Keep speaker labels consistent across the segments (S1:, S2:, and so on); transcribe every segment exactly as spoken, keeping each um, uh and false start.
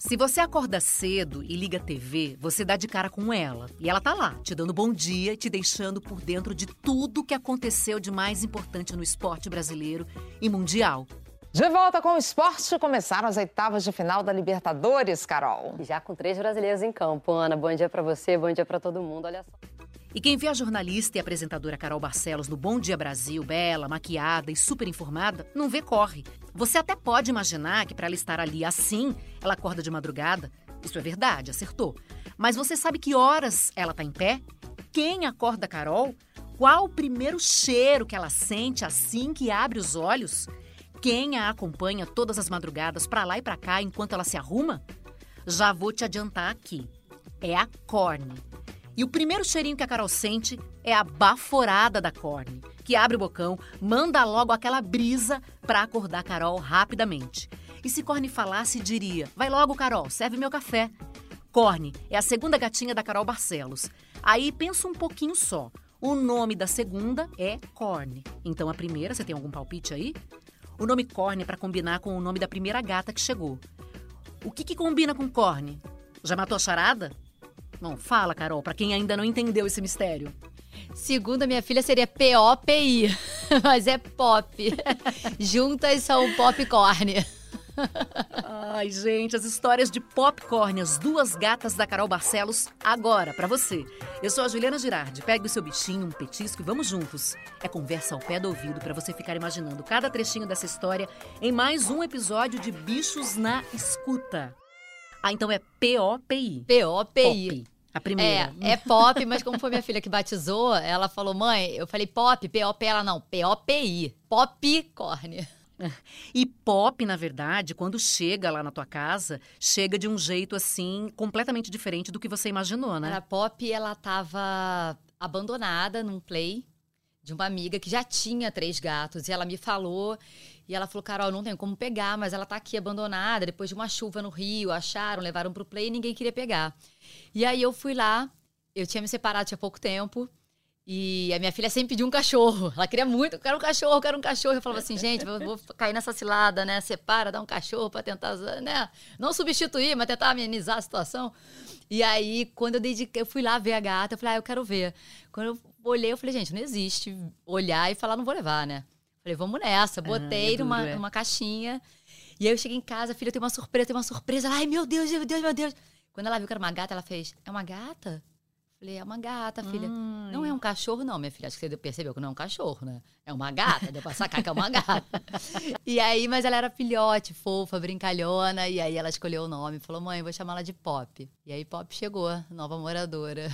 S1: Se você acorda cedo e liga a T V, você dá de cara com ela. E ela tá lá, te dando bom dia e te deixando por dentro de tudo que aconteceu de mais importante no esporte brasileiro e mundial.
S2: De volta com o esporte, começaram as oitavas de final da Libertadores, Carol.
S3: E já com três brasileiros em campo. Ana, bom dia pra você, bom dia pra todo mundo, olha só.
S1: E quem vê a jornalista e apresentadora Carol Barcelos no Bom Dia Brasil, bela, maquiada e super informada, não vê corre. Você até pode imaginar que para ela estar ali assim, ela acorda de madrugada. Isso é verdade, acertou. Mas você sabe que horas ela tá em pé? Quem acorda a Carol? Qual o primeiro cheiro que ela sente assim que abre os olhos? Quem a acompanha todas as madrugadas pra lá e pra cá enquanto ela se arruma? Já vou te adiantar aqui. É a Corne. E o primeiro cheirinho que a Carol sente é a baforada da Corne, que abre o bocão, manda logo aquela brisa pra acordar a Carol rapidamente. E se Corne falasse, diria: vai logo, Carol, serve meu café. Corne é a segunda gatinha da Carol Barcelos. Aí pensa um pouquinho só. O nome da segunda é Corne. Então a primeira, você tem algum palpite aí? O nome Corne é pra combinar com o nome da primeira gata que chegou. O que que combina com Corne? Já matou a charada? Bom, fala, Carol, pra quem ainda não entendeu esse mistério.
S4: Segundo a minha filha, seria P O P I, mas é pop. Juntas são popcorn.
S1: Ai, gente, as histórias de popcorn, as duas gatas da Carol Barcelos, agora, pra você. Eu sou a Juliana Girardi. Pegue o seu bichinho, um petisco e vamos juntos. É conversa ao pé do ouvido pra você ficar imaginando cada trechinho dessa história em mais um episódio de Bichos na Escuta. Ah, então é P O P I.
S4: P O P I.
S1: Pop, a primeira.
S4: É, é pop, mas como foi minha filha que batizou, ela falou: mãe, eu falei pop, P O P, ela não, P O P I. Popcorn.
S1: E pop, na verdade, quando chega lá na tua casa, chega de um jeito, assim, completamente diferente do que você imaginou, né?
S4: A Pop, ela tava abandonada num play de uma amiga que já tinha três gatos. E ela me falou, e ela falou: Carol, não tem como pegar, mas ela tá aqui abandonada, depois de uma chuva no Rio, acharam, levaram pro play e ninguém queria pegar. E aí eu fui lá, eu tinha me separado tinha pouco tempo, e a minha filha sempre pediu um cachorro. Ela queria muito, eu quero um cachorro, eu quero um cachorro. Eu falava assim, gente, eu vou cair nessa cilada, né? Separa, dá um cachorro pra tentar, né? Não substituir, mas tentar amenizar a situação. E aí, quando eu dediquei, eu fui lá ver a gata, eu falei, ah, eu quero ver. Quando eu olhei, eu falei, gente, não existe olhar e falar, não vou levar, né? Falei, vamos nessa. Botei ah, é duro, numa, é. numa caixinha. E aí eu cheguei em casa, a filha tem uma surpresa, tem uma surpresa. Ai, meu Deus, meu Deus, meu Deus. Quando ela viu que era uma gata, ela fez, é uma gata? Falei, é uma gata, filha. Hum. Não é um cachorro, não, minha filha. Acho que você percebeu que não é um cachorro, né? É uma gata, deu pra sacar que é uma gata. E aí, mas ela era filhote, fofa, brincalhona. E aí ela escolheu o nome. Falou, mãe, vou chamar ela de Pop. E aí Pop chegou, nova moradora.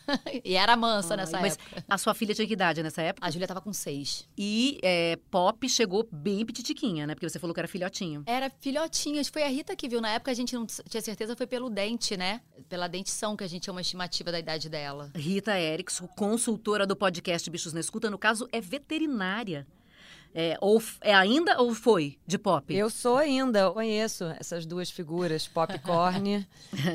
S4: E era mansa ah, nessa
S1: mas
S4: época.
S1: A sua filha tinha que idade nessa época?
S4: A Júlia tava com seis.
S1: E é, Pop chegou bem petitiquinha, né? Porque você falou que era filhotinho.
S4: Era filhotinha. Foi a Rita que viu. Na época a gente não tinha certeza, foi pelo dente, né? Pela dentição que a gente tinha uma estimativa da idade dela.
S1: Rita Erickson, consultora do podcast Bichos na Escuta, no caso, é veterinária. É, ou é ainda ou foi de Pop?
S5: Eu sou ainda, eu conheço essas duas figuras, Popcorn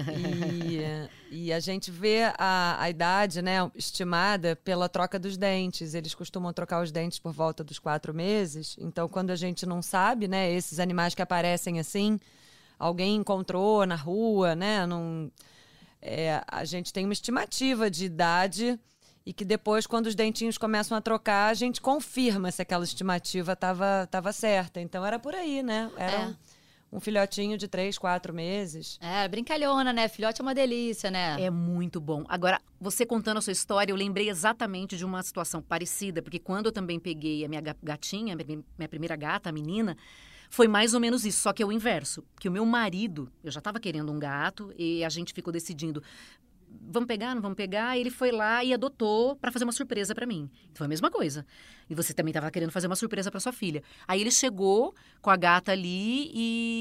S5: e, e a gente vê a, a idade, né, estimada pela troca dos dentes. Eles costumam trocar os dentes por volta dos quatro meses. Então, quando a gente não sabe, né, esses animais que aparecem assim, alguém encontrou na rua, né, num, é, a gente tem uma estimativa de idade. E que depois, quando os dentinhos começam a trocar, a gente confirma se aquela estimativa estava tava certa. Então, era por aí, né? Era
S4: é.
S5: um, um filhotinho de três, quatro meses.
S4: É, brincalhona, né? Filhote é uma delícia, né?
S1: É muito bom. Agora, você contando a sua história, eu lembrei exatamente de uma situação parecida. Porque quando eu também peguei a minha gatinha, minha primeira gata, a menina, foi mais ou menos isso, só que é o inverso. Que o meu marido, eu já estava querendo um gato e a gente ficou decidindo... Vamos pegar, não vamos pegar? Ele foi lá e adotou pra fazer uma surpresa pra mim. Foi a mesma coisa. E você também tava querendo fazer uma surpresa pra sua filha. Aí ele chegou com a gata ali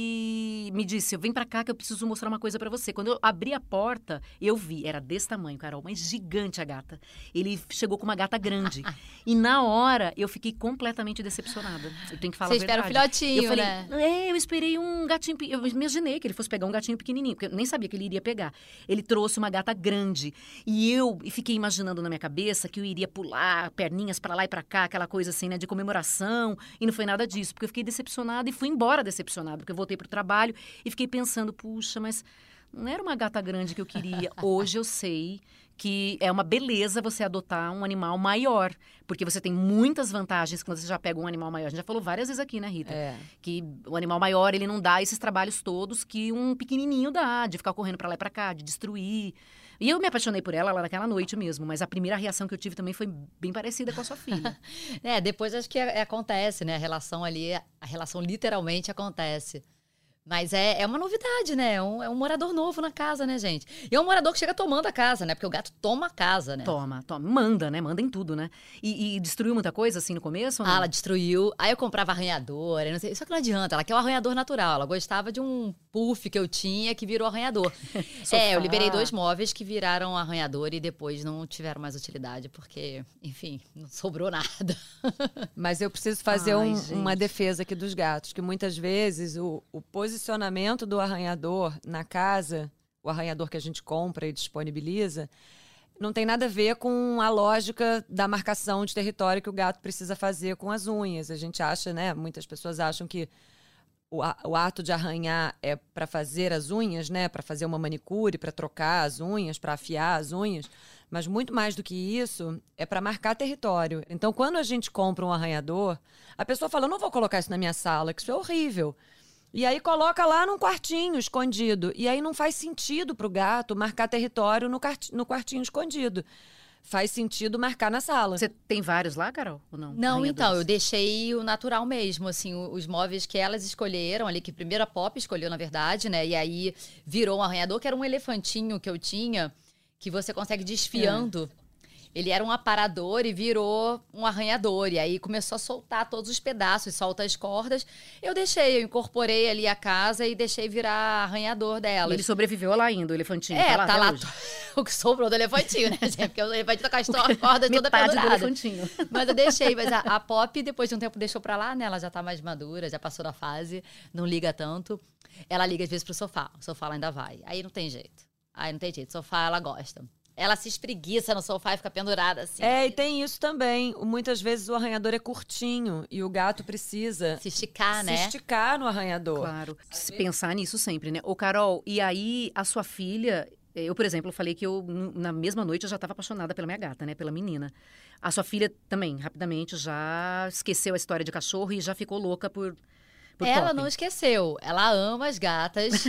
S1: e me disse, vem pra cá que eu preciso mostrar uma coisa pra você. Quando eu abri a porta, eu vi, era desse tamanho, Carol, mas gigante a gata. Ele chegou com uma gata grande. E na hora, eu fiquei completamente decepcionada. Eu tenho que falar
S4: Você
S1: a verdade.
S4: Você espera um filhotinho,
S1: eu falei,
S4: né?
S1: É, eu esperei um gatinho... Eu imaginei que ele fosse pegar um gatinho pequenininho, porque eu nem sabia que ele iria pegar. Ele trouxe uma gata grande. E eu fiquei imaginando na minha cabeça que eu iria pular, perninhas pra lá e pra cá, aquela coisa assim, né, de comemoração. E não foi nada disso, porque eu fiquei decepcionada e fui embora decepcionada, porque eu voltei pro trabalho e fiquei pensando, puxa, mas não era uma gata grande que eu queria. Hoje eu sei que é uma beleza você adotar um animal maior, porque você tem muitas vantagens quando você já pega um animal maior. A gente já falou várias vezes aqui, né, Rita?
S5: É.
S1: Que o animal maior, ele não dá esses trabalhos todos que um pequenininho dá, de ficar correndo pra lá e pra cá, de destruir. E eu me apaixonei por ela lá naquela noite mesmo, mas a primeira reação que eu tive também foi bem parecida com a sua filha.
S4: É, depois acho que é- é- acontece, né? A relação ali, a relação literalmente acontece. Mas é, é uma novidade, né? É um, é um morador novo na casa, né, gente? E é um morador que chega tomando a casa, né? Porque o gato toma a casa, né?
S1: Toma, toma. Manda, né? Manda em tudo, né? E, e destruiu muita coisa, assim, no começo ou não?
S4: Ah, ela destruiu. Aí eu comprava arranhador, eu não sei. Só que não adianta, ela quer um arranhador natural. Ela gostava de um puff que eu tinha que virou arranhador. É, eu liberei dois móveis que viraram arranhador e depois não tiveram mais utilidade, porque, enfim, não sobrou nada.
S5: Mas eu preciso fazer
S1: Ai,
S5: um-
S1: gente.
S5: uma defesa aqui dos gatos, que muitas vezes o, o posicionamento do arranhador na casa, o arranhador que a gente compra e disponibiliza, não tem nada a ver com a lógica da marcação de território que o gato precisa fazer com as unhas. A gente acha, né? Muitas pessoas acham que o, a- o ato de arranhar é para fazer as unhas, né? Para fazer uma manicure, para trocar as unhas, para afiar as unhas. Mas muito mais do que isso, é para marcar território. Então, quando a gente compra um arranhador, a pessoa fala, eu não vou colocar isso na minha sala, que isso é horrível. E aí coloca lá num quartinho escondido. E aí não faz sentido para o gato marcar território no, cart- no quartinho escondido. Faz sentido marcar na sala.
S1: Você tem vários lá, Carol? Ou não?
S4: Não, então, eu
S1: Arranhadores?
S4: deixei o natural mesmo, assim, o- os móveis que elas escolheram ali, que primeiro a Pop escolheu, na verdade, né? E aí virou um arranhador, que era um elefantinho que eu tinha, que você consegue desfiando. Ele era um aparador e virou um arranhador. E aí começou a soltar todos os pedaços, solta as cordas. Eu deixei, eu incorporei ali a casa e deixei virar arranhador
S1: E
S4: delas.
S1: ele sobreviveu lá ainda, o elefantinho.
S4: É,
S1: tá lá,
S4: tá
S1: até
S4: lá
S1: hoje?
S4: o que sobrou do elefantinho, né, gente? Porque o elefantinho tá com as to- cordas toda
S1: Metade do
S4: pendurada.
S1: elefantinho.
S4: Mas eu deixei, mas a, a Pop, depois de um tempo, deixou pra lá, né? Ela já tá mais madura, já passou da fase, não liga tanto. Ela liga às vezes pro sofá, o sofá ela ainda vai. Aí não tem jeito. Aí não tem jeito, sofá ela gosta. Ela se espreguiça no sofá e fica pendurada assim.
S5: É, e tem isso também. Muitas vezes o arranhador é curtinho e o gato precisa
S4: Se esticar,
S5: se
S4: né?
S5: esticar no arranhador.
S1: Claro. Se pensar nisso sempre, né? Ô, Carol, e aí a sua filha... Eu, por exemplo, falei que eu, n- na mesma noite, eu já estava apaixonada pela minha gata, né? Pela menina. A sua filha também, rapidamente, já esqueceu a história de cachorro e já ficou louca por, por
S4: Ela
S1: Pop.
S4: não esqueceu. Ela ama as gatas.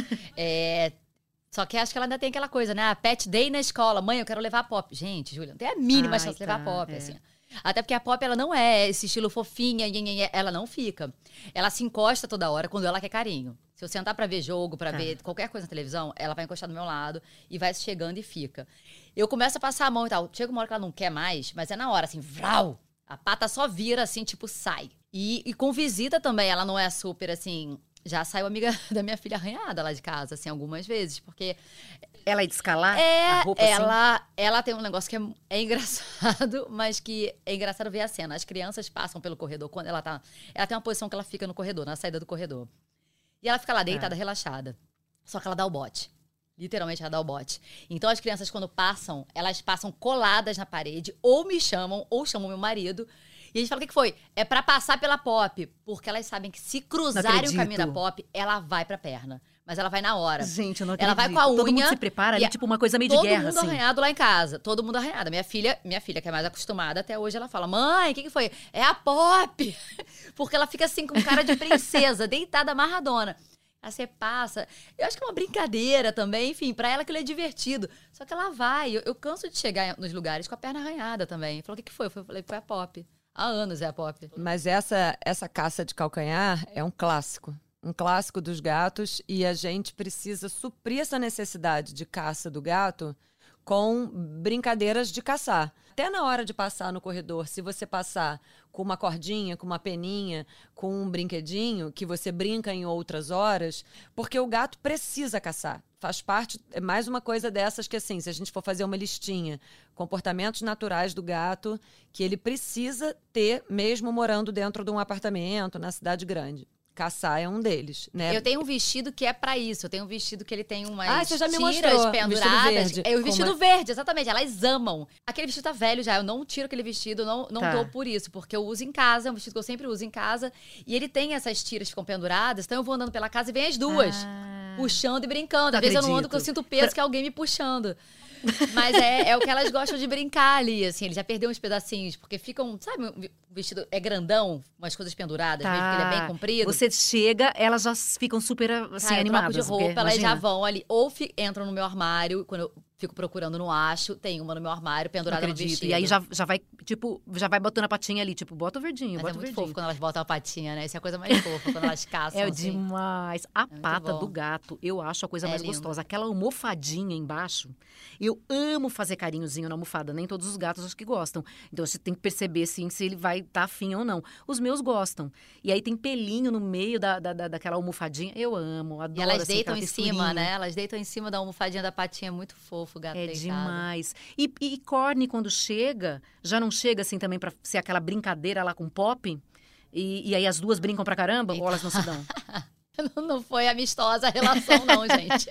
S4: é, Só que acho que ela ainda tem aquela coisa, né? A pet day na escola. Mãe, eu quero levar a Pop. Gente, Júlia, não tem a mínima
S1: Ai,
S4: chance de levar
S1: tá,
S4: a Pop,
S1: é.
S4: assim. Até porque a Pop, ela não é esse estilo fofinha, nhe, nhe, nhe, ela não fica. Ela se encosta toda hora quando ela quer carinho. Se eu sentar pra ver jogo, pra
S1: Tá.
S4: ver qualquer coisa na televisão, ela vai encostar do meu lado e vai chegando e fica. Eu começo a passar a mão e tal. Chega uma hora que ela não quer mais, mas é na hora, assim, vrau! A pata só vira, assim, tipo, sai. E, e com visita também, ela não é super, assim... Já saiu amiga da minha filha arranhada lá de casa, assim, algumas vezes. Porque
S1: Ela é de escalar
S4: é,
S1: a roupa assim?
S4: ela, ela tem um negócio que é, é engraçado, mas que é engraçado ver a cena. As crianças passam pelo corredor, quando ela tá... Ela tem uma posição que ela fica no corredor, na saída do corredor. E ela fica lá deitada, relaxada. Só que ela dá o bote. Literalmente, ela dá o bote. Então, as crianças, quando passam, elas passam coladas na parede, ou me chamam, ou chamam meu marido. E a gente fala, o que que foi? É pra passar pela Pop. Porque elas sabem que se cruzarem o
S1: acredito.
S4: caminho da Pop, ela vai pra perna. Mas ela vai na hora.
S1: Gente, eu não
S4: Ela
S1: acredito.
S4: vai com a
S1: Todo mundo
S4: unha
S1: se prepara ali,
S4: e a-
S1: tipo uma coisa meio de
S4: Todo
S1: guerra,
S4: mundo
S1: assim.
S4: arranhado lá em casa. Todo mundo arranhado. Minha filha, minha filha, que é mais acostumada, até hoje ela fala, mãe, o que, que foi? É a Pop! Porque ela fica assim, com cara de princesa, deitada, amarradona. Aí você passa. Eu acho que é uma brincadeira também, enfim, pra ela aquilo é divertido. Só que ela vai. Eu, eu canso de chegar nos lugares com a perna arranhada também. Falou, o que, que foi? Eu falei, foi a Pop. Há anos é a Pop.
S5: Mas essa, essa caça de calcanhar é um clássico. Um clássico dos gatos. E a gente precisa suprir essa necessidade de caça do gato com brincadeiras de caçar. Até na hora de passar no corredor, se você passar com uma cordinha, com uma peninha, com um brinquedinho, que você brinca em outras horas, porque o gato precisa caçar. Faz parte, é mais uma coisa dessas que, assim, se a gente for fazer uma listinha, comportamentos naturais do gato, que ele precisa ter, mesmo morando dentro de um apartamento, na cidade grande. caçar é um deles, né?
S4: Eu tenho um vestido que é pra isso. Eu tenho um vestido que ele tem umas
S5: ah, você já me
S4: tiras
S5: mostrou,
S4: penduradas.
S5: Vestido verde.
S4: É o vestido
S5: Como...
S4: verde, exatamente. Elas amam. Aquele vestido tá velho já. Eu não tiro aquele vestido, não, não
S1: Tá.
S4: dou por isso. Porque eu uso em casa, é um vestido que eu sempre uso em casa. E ele tem essas tiras que ficam penduradas. Então eu vou andando pela casa e vem as duas.
S1: Ah.
S4: Puxando e brincando.
S1: Não
S4: Às vezes eu não ando
S1: acredito.
S4: porque eu sinto peso que é alguém me puxando. Mas é, é o que elas gostam de brincar ali, assim. Ele já perdeu uns pedacinhos, porque ficam, sabe, o vestido é grandão, umas coisas penduradas,
S1: Tá.
S4: mesmo que ele é bem comprido.
S1: Você chega, elas já ficam super assim,
S4: Cara, eu
S1: animadas.
S4: troco de roupa,
S1: porque,
S4: elas já
S1: imagina.
S4: vão ali. Ou fi- entram no meu armário, quando eu fico procurando, não acho. Tem uma no meu armário,
S1: Não
S4: pendurada no
S1: acredito.
S4: vestido.
S1: E aí já, já vai, tipo, já vai botando a patinha ali, tipo, bota o verdinho,
S4: Mas
S1: bota
S4: é
S1: o
S4: muito
S1: verdinho.
S4: fofo quando elas botam a patinha, né? Isso é a coisa mais fofa, quando elas caçam,
S1: É
S4: assim.
S1: demais. A
S4: muito
S1: pata
S4: bom.
S1: do gato, eu acho a coisa
S4: É
S1: mais
S4: lindo.
S1: gostosa. Aquela almofadinha embaixo. Eu amo fazer carinhozinho na almofada. Nem todos os gatos acho que gostam. Então você tem que perceber, sim, se ele vai estar afim ou não. Os meus gostam. E aí tem pelinho no meio da, da, da- daquela almofadinha. Eu amo, adoro.
S4: E elas
S1: assim,
S4: deitam
S1: aquela
S4: em cima,
S1: texturinha.
S4: né? Elas deitam em cima da almofadinha da patinha. É muito fofo o gato
S1: É
S4: deitado.
S1: demais. E, e Corny, quando chega, já não chega assim também pra ser aquela brincadeira lá com o Pop? E, e aí as duas brincam pra caramba? Ou elas não se dão?
S4: Não, não foi amistosa a relação, não, gente.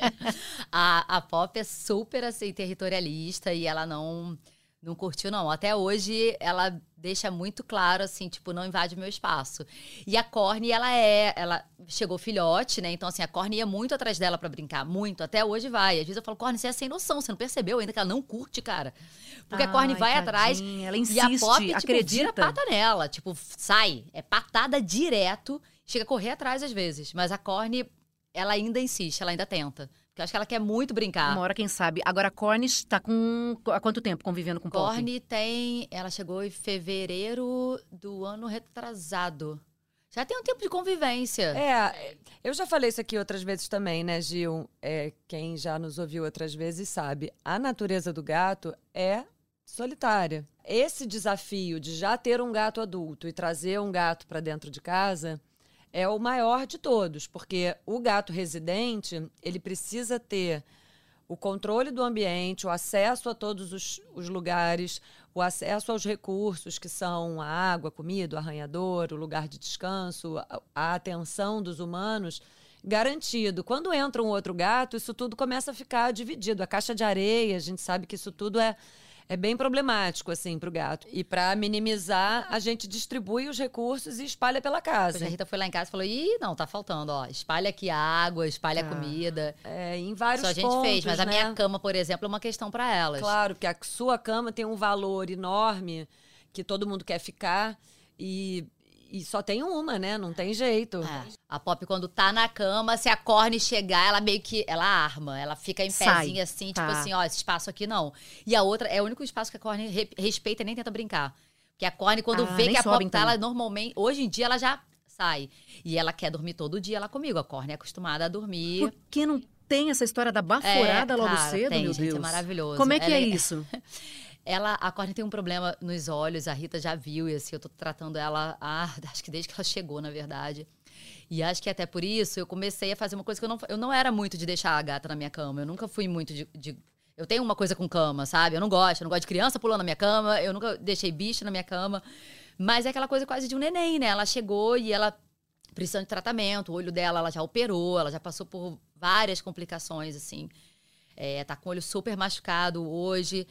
S4: A, a Pop é super, assim, territorialista e ela não, não curtiu, não. Até hoje, ela deixa muito claro, assim, tipo, não invade o meu espaço. E a Corny, ela é... Ela chegou filhote, né? Então, assim, a Corny ia muito atrás dela pra brincar. Muito. Até hoje vai. Às vezes eu falo, Corny, você é sem noção. Você não percebeu ainda que ela não curte, cara. Porque a Corny
S1: Ai,
S4: vai atrás
S1: tadinha, ela
S4: e
S1: insiste,
S4: a Pop, tipo,
S1: acredita.
S4: vira pata nela. Tipo, sai. É patada direto. Chega a correr atrás às vezes. Mas a Corny, ela ainda insiste, ela ainda tenta. Porque eu acho que ela quer muito brincar.
S1: Uma hora, quem sabe. Agora, a Corny está com... Há quanto tempo convivendo com o Pop?
S4: Corny tem... Ela chegou em fevereiro do ano retrasado. Já tem um tempo de convivência.
S5: É, eu já falei isso aqui outras vezes também, né, Gil? É, quem já nos ouviu outras vezes sabe. A natureza do gato é solitária. Esse desafio de já ter um gato adulto e trazer um gato para dentro de casa é o maior de todos, porque o gato residente, ele precisa ter o controle do ambiente, o acesso a todos os, os lugares, o acesso aos recursos que são a água, a comida, o arranhador, o lugar de descanso, a, a atenção dos humanos, garantido. Quando entra um outro gato, isso tudo começa a ficar dividido. A caixa de areia, a gente sabe que isso tudo é, é bem problemático assim, para o gato. E para minimizar, a gente distribui os recursos e espalha pela casa.
S4: Depois a Rita foi lá em casa e falou, ih, não, tá faltando, ó. Espalha aqui a água, espalha
S1: Ah.
S4: a comida.
S5: É, em vários
S4: Isso a gente
S5: pontos,
S4: fez, mas a
S5: né?
S4: minha cama, por exemplo, é uma questão pra elas.
S5: Claro, porque a sua cama tem um valor enorme que todo mundo quer ficar e, e só tem uma, né? Não tem jeito.
S4: É. A Pop, quando tá na cama, se a Corny chegar, ela meio que... Ela arma, ela fica em
S1: Sai.
S4: pezinho assim,
S1: Tá.
S4: tipo assim, ó, esse espaço aqui não. E a outra, é o único espaço que a Corny re- respeita e nem tenta brincar. Porque a Corny, quando
S1: Ah,
S4: vê
S1: nem
S4: que a
S1: sobe,
S4: Pop
S1: então.
S4: tá, ela normalmente... Hoje em dia, ela já sai. E ela quer dormir todo dia lá comigo. A Corny é acostumada a dormir...
S1: Por que não tem essa história da baforada
S4: É,
S1: logo
S4: cara,
S1: cedo,
S4: tem,
S1: meu
S4: gente, é
S1: Deus?
S4: maravilhoso.
S1: Como é que
S4: Ela
S1: é
S4: é-
S1: isso?
S4: Ela, a Corny tem um problema nos olhos, a Rita já viu, e assim, eu tô tratando ela, ah, acho que desde que ela chegou, na verdade. E acho que até por isso eu comecei a fazer uma coisa que eu não, eu não era muito de deixar a gata na minha cama. Eu nunca fui muito de, de... Eu tenho uma coisa com cama, sabe? Eu não gosto, eu não gosto de criança pulando na minha cama, eu nunca deixei bicho na minha cama. Mas é aquela coisa quase de um neném, né? Ela chegou e ela precisando de tratamento, o olho dela, ela já operou, ela já passou por várias complicações, assim. É, tá com o olho super machucado hoje.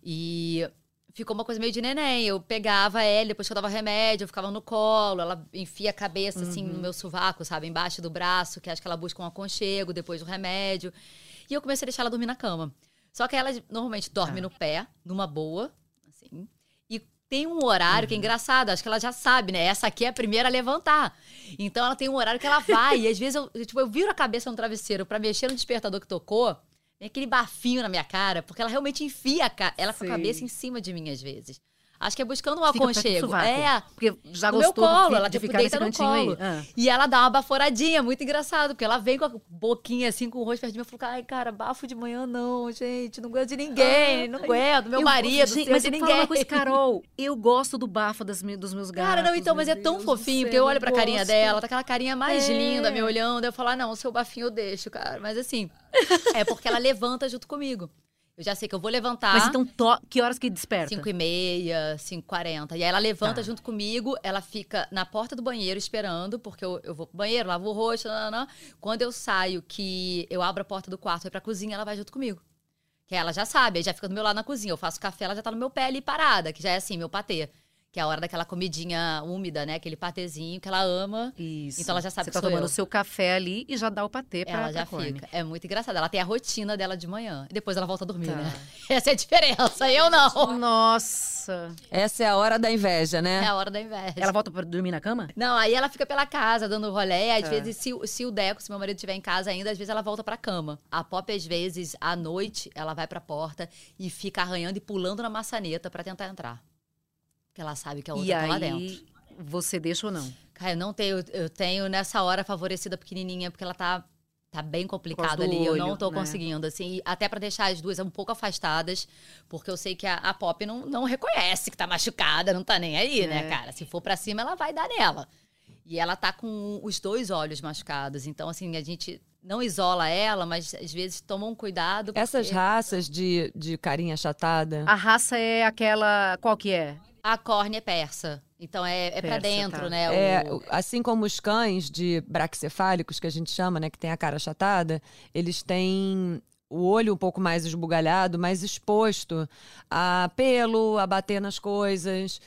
S4: E ficou uma coisa meio de neném. Eu pegava ela, depois que eu dava remédio, eu ficava no colo. Ela enfia a cabeça, assim, no meu sovaco, sabe? Embaixo do braço, que acho que ela busca um aconchego depois do remédio. E eu comecei a deixar ela dormir na cama. Só que ela normalmente dorme
S1: Ah.
S4: no pé, numa boa, assim. E tem um horário que é engraçado, acho que ela já sabe, né? Essa aqui é a primeira a levantar. Então ela tem um horário que ela vai. E às vezes eu, tipo, eu viro a cabeça no travesseiro pra mexer no despertador que tocou. Tem aquele bafinho na minha cara, porque ela realmente enfia a ca... ela com a
S1: Sei.
S4: cabeça em cima de mim às vezes. Acho que é buscando um
S1: Fica perto do
S4: aconchego.
S1: sovaco.
S4: É,
S1: Porque já
S4: no meu
S1: gostou
S4: colo,
S1: de,
S4: ela
S1: de
S4: tipo,
S1: ficar
S4: deita
S1: nesse
S4: no
S1: cantinho
S4: colo.
S1: aí. Ah.
S4: E ela dá uma baforadinha, muito engraçado, porque ela vem com a boquinha assim, com o rosto perto de mim. Eu falo, ai, cara, bafo de manhã não, gente, não gosto de ninguém, não aguento, meu
S1: Eu-
S4: marido,
S1: gente,
S4: seu
S1: mas
S4: de
S1: eu
S4: ninguém.
S1: falo uma coisa, Carol, eu gosto do bafo das mi- dos meus gatos.
S4: Cara, não, então, mas é
S1: meu
S4: tão
S1: Deus
S4: fofinho,
S1: do
S4: porque eu
S1: céu,
S4: olho pra carinha
S1: gosto.
S4: dela, tá aquela carinha mais
S1: É.
S4: linda me olhando. Eu falo, ah, não, o seu bafinho eu deixo, cara. Mas assim, é porque ela levanta junto comigo. Eu já sei que eu vou levantar.
S1: Mas então, to... que horas que desperta?
S4: cinco e meia, cinco e quarenta. E aí ela levanta
S1: Tá.
S4: junto comigo, ela fica na porta do banheiro esperando, porque eu, eu vou pro banheiro, lavo o rosto, nananã. Quando eu saio, que eu abro a porta do quarto e ir pra cozinha, ela vai junto comigo. Que ela já sabe, aí já fica do meu lado na cozinha. Eu faço café, ela já tá no meu pé ali parada, que já é assim, meu patê. Que é a hora daquela comidinha úmida, né? Aquele patezinho que ela ama.
S1: Isso.
S4: Então ela já sabe
S1: Você
S4: que
S1: tá
S4: sou
S1: tomando
S4: eu.
S1: o seu café ali e já dá o patê pra,
S4: Ela já
S1: pra Corne.
S4: fica. É muito engraçado. Ela tem a rotina dela de manhã. E depois ela volta a dormir,
S1: Tá.
S4: né? Essa é a diferença. Eu não.
S1: Nossa.
S5: Essa é a hora da inveja, né?
S4: É a hora da inveja.
S1: Ela volta pra dormir na cama?
S4: Não, aí ela fica pela casa, dando rolê. Às
S1: Tá.
S4: vezes, se, o- se o Deco, se meu marido estiver em casa ainda, às vezes ela volta pra cama. A Pop, às vezes, à noite, ela vai pra porta e fica arranhando e pulando na maçaneta pra tentar entrar. Porque ela sabe que a outra
S1: E
S4: tá lá
S1: aí,
S4: dentro.
S1: você deixa ou não?
S4: Cara, eu não tenho... Eu tenho, nessa hora, favorecida pequenininha, porque ela tá... Tá bem complicado
S1: do
S4: ali, eu não
S1: olho,
S4: tô
S1: né?
S4: conseguindo, assim, e até pra deixar as duas um pouco afastadas, porque eu sei que a, a Pop não, não reconhece que tá machucada, não tá nem aí,
S1: É.
S4: né, cara? Se for pra cima, ela vai dar nela. E ela tá com os dois olhos machucados, então, assim, a gente não isola ela, mas às vezes toma um cuidado. Porque...
S5: Essas raças de, de carinha achatada.
S1: A raça é aquela... Qual que é?
S4: A córnea é persa, então é, é pra
S1: Persa,
S4: dentro,
S1: tá.
S4: né?
S5: É,
S4: o-
S5: o- assim como os cães de braquicefálicos, que a gente chama, né, que tem a cara achatada, eles têm o olho um pouco mais esbugalhado, mais exposto a pelo, a bater nas coisas.